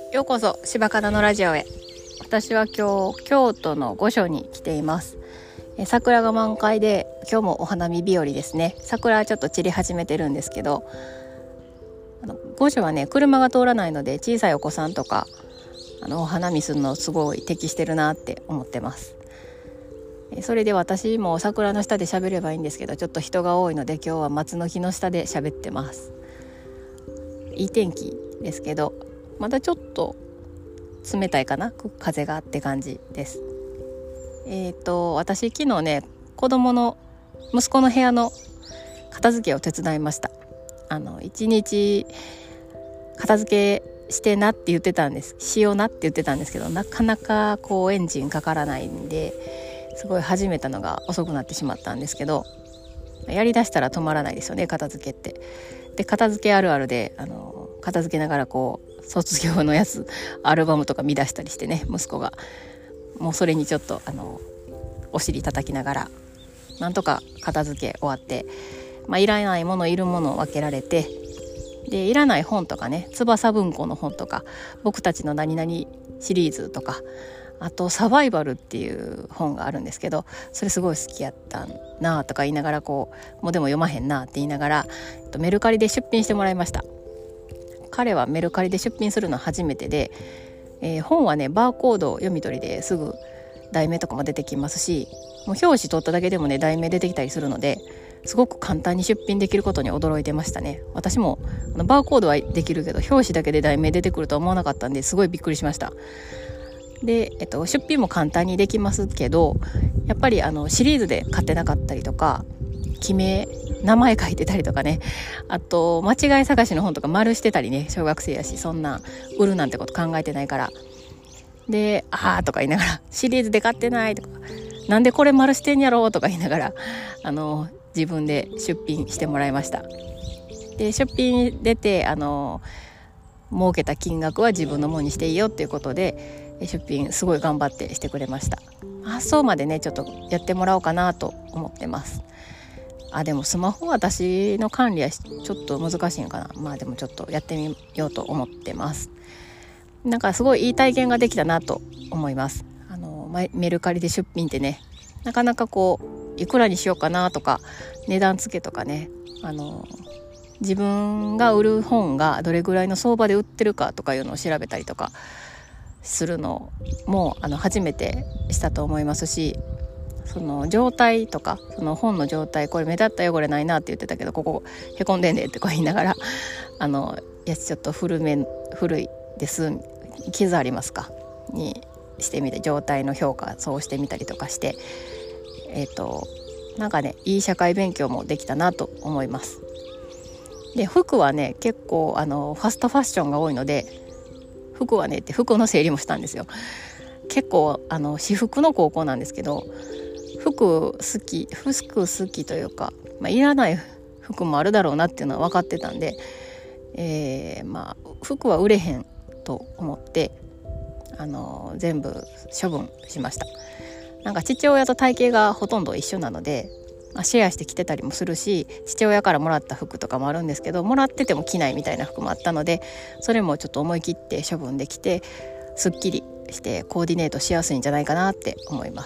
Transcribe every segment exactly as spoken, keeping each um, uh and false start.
ようこそ柴かなのラジオへ。私は今日京都の御所に来ています。え桜が満開で今日もお花見日和ですね。桜はちょっと散り始めてるんですけど、あの御所はね車が通らないので、小さいお子さんとかあのお花見するのすごい適してるなって思ってます。えそれで私も桜の下で喋ればいいんですけど、ちょっと人が多いので今日は松の木の下で喋ってます。いい天気ですけど、まだちょっと冷たいかな、風がって感じです。えっと私昨日ね、子供の息子の部屋の片付けを手伝いました。あの一日片付けしてなって言ってたんですしようなって言ってたんですけど、なかなかこうエンジンかからないんで、すごい始めたのが遅くなってしまったんですけど、やりだしたら止まらないですよね、片付けって。で片付けあるあるで、あの片付けながらこう卒業のやつアルバムとか見出したりしてね、息子がもうそれにちょっとあのお尻叩きながらなんとか片付け終わって、まあ、いらないものいるものを分けられて、でいらない本とかね、翼文庫の本とか僕たちの何々シリーズとか、あとサバイバルっていう本があるんですけど、それすごい好きやったなとか言いながら、こうもうでも読まへんなって言いながらメルカリで出品してもらいました。彼はメルカリで出品するの初めてで、えー、本はねバーコード読み取りですぐ題名とかも出てきますし、もう表紙取っただけでもね題名出てきたりするので、すごく簡単に出品できることに驚いてましたね。私もあのバーコードはできるけど表紙だけで題名出てくるとは思わなかったんで、すごいびっくりしました。で、えっと、出品も簡単にできますけど、やっぱりあのシリーズで買ってなかったりとか、記名名前書いてたりとかね、あと間違い探しの本とか丸してたりね、小学生やしそんな売るなんてこと考えてないから、であーとか言いながら、シリーズで買ってないとか、なんでこれ丸してんやろうとか言いながら、あの自分で出品してもらいました。で出品出て、あの儲けた金額は自分のものにしていいよっていうことで、出品すごい頑張ってしてくれました。発送までねちょっとやってもらおうかなと思ってます。あでもスマホは私の管理はちょっと難しいのかな。まあでもちょっとやってみようと思ってます。なんかすごいいい体験ができたなと思います。あのメルカリで出品ってね、なかなかこういくらにしようかなとか、値段付けとかね、あの自分が売る本がどれぐらいの相場で売ってるかとかいうのを調べたりとかするのもあの初めてしたと思いますし、その状態とか、その本の状態、これ目立った汚れないなって言ってたけど、ここへこんでんねってこう言いながら、あのいやちょっと古め古いです傷ありますかにしてみて、状態の評価そうしてみたりとかして、えっとなんかねいい社会勉強もできたなと思います。で服はね結構あのファストファッションが多いので、服はねって服の整理もしたんですよ。結構あの私服の高校なんですけど、服好き服好きというか、まあ、いらない服もあるだろうなっていうのは分かってたんで、えー、まあ服は売れへんと思ってあの全部処分しました。なんか父親と体型がほとんど一緒なので、まあ、シェアして着てたりもするし、父親からもらった服とかもあるんですけど、もらってても着ないみたいな服もあったので、それもちょっと思い切って処分できて、すっきりしてコーディネートしやすいんじゃないかなって思います。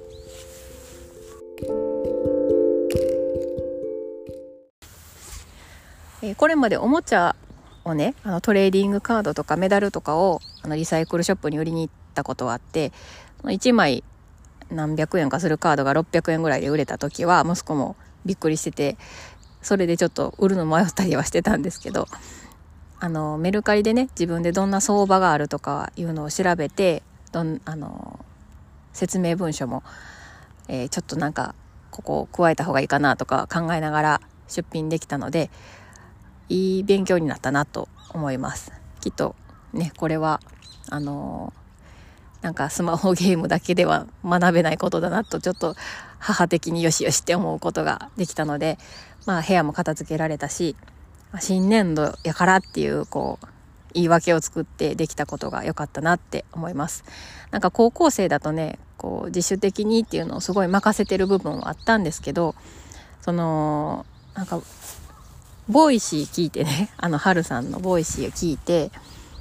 えー、これまでおもちゃをね、あのトレーディングカードとかメダルとかをあのリサイクルショップに売りに行ったことがあって、いちまい何百円かするカードがろっぴゃくえんぐらいで売れた時は息子もびっくりしてて、それでちょっと売るの迷ったりはしてたんですけど、あのメルカリでね自分でどんな相場があるとかいうのを調べて、どんあの説明文書も、えー、ちょっとなんかここを加えた方がいいかなとか考えながら出品できたので、いい勉強になったなと思います。きっとねこれはあのなんかスマホゲームだけでは学べないことだなと、ちょっと母的によしよしって思うことができたので、まあ部屋も片付けられたし、新年度やからっていうこう言い訳を作ってできたことが良かったなって思います。なんか高校生だとね、こう自主的にっていうのをすごい任せてる部分はあったんですけど、そのなんかボイシー聞いてね、あの春さんのボイシーを聞いて、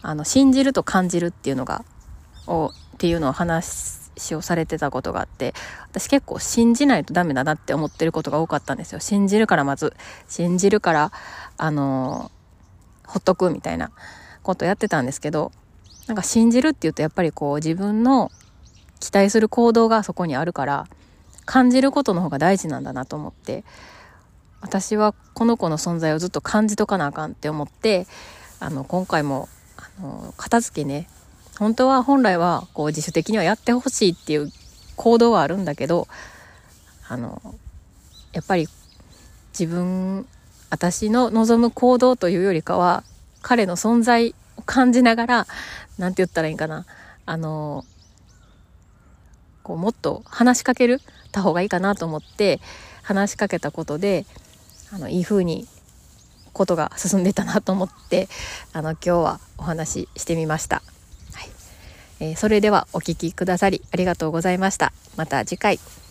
あの信じると感じるっていうのがをっていうのを話をされてたことがあって、私結構信じないとダメだなって思ってることが多かったんですよ。信じるからまず信じるからあのほっとくみたいなことやってたんですけど、なんか信じるっていうとやっぱりこう自分の期待する行動がそこにあるから感じることの方が大事なんだなと思って、私はこの子の存在をずっと感じとかなあかんって思って、あの今回もあの片付けね、本当は本来はこう自主的にはやってほしいっていう行動はあるんだけど、あのやっぱり自分私の望む行動というよりかは彼の存在を感じながら、なんて言ったらいいんかな、あのこうもっと話しかけるた方がいいかなと思って話しかけたことで、あのいい風にことが進んでたなと思って、あの今日はお話ししてみました。はい、えー、それではお聞きくださりありがとうございました。また次回。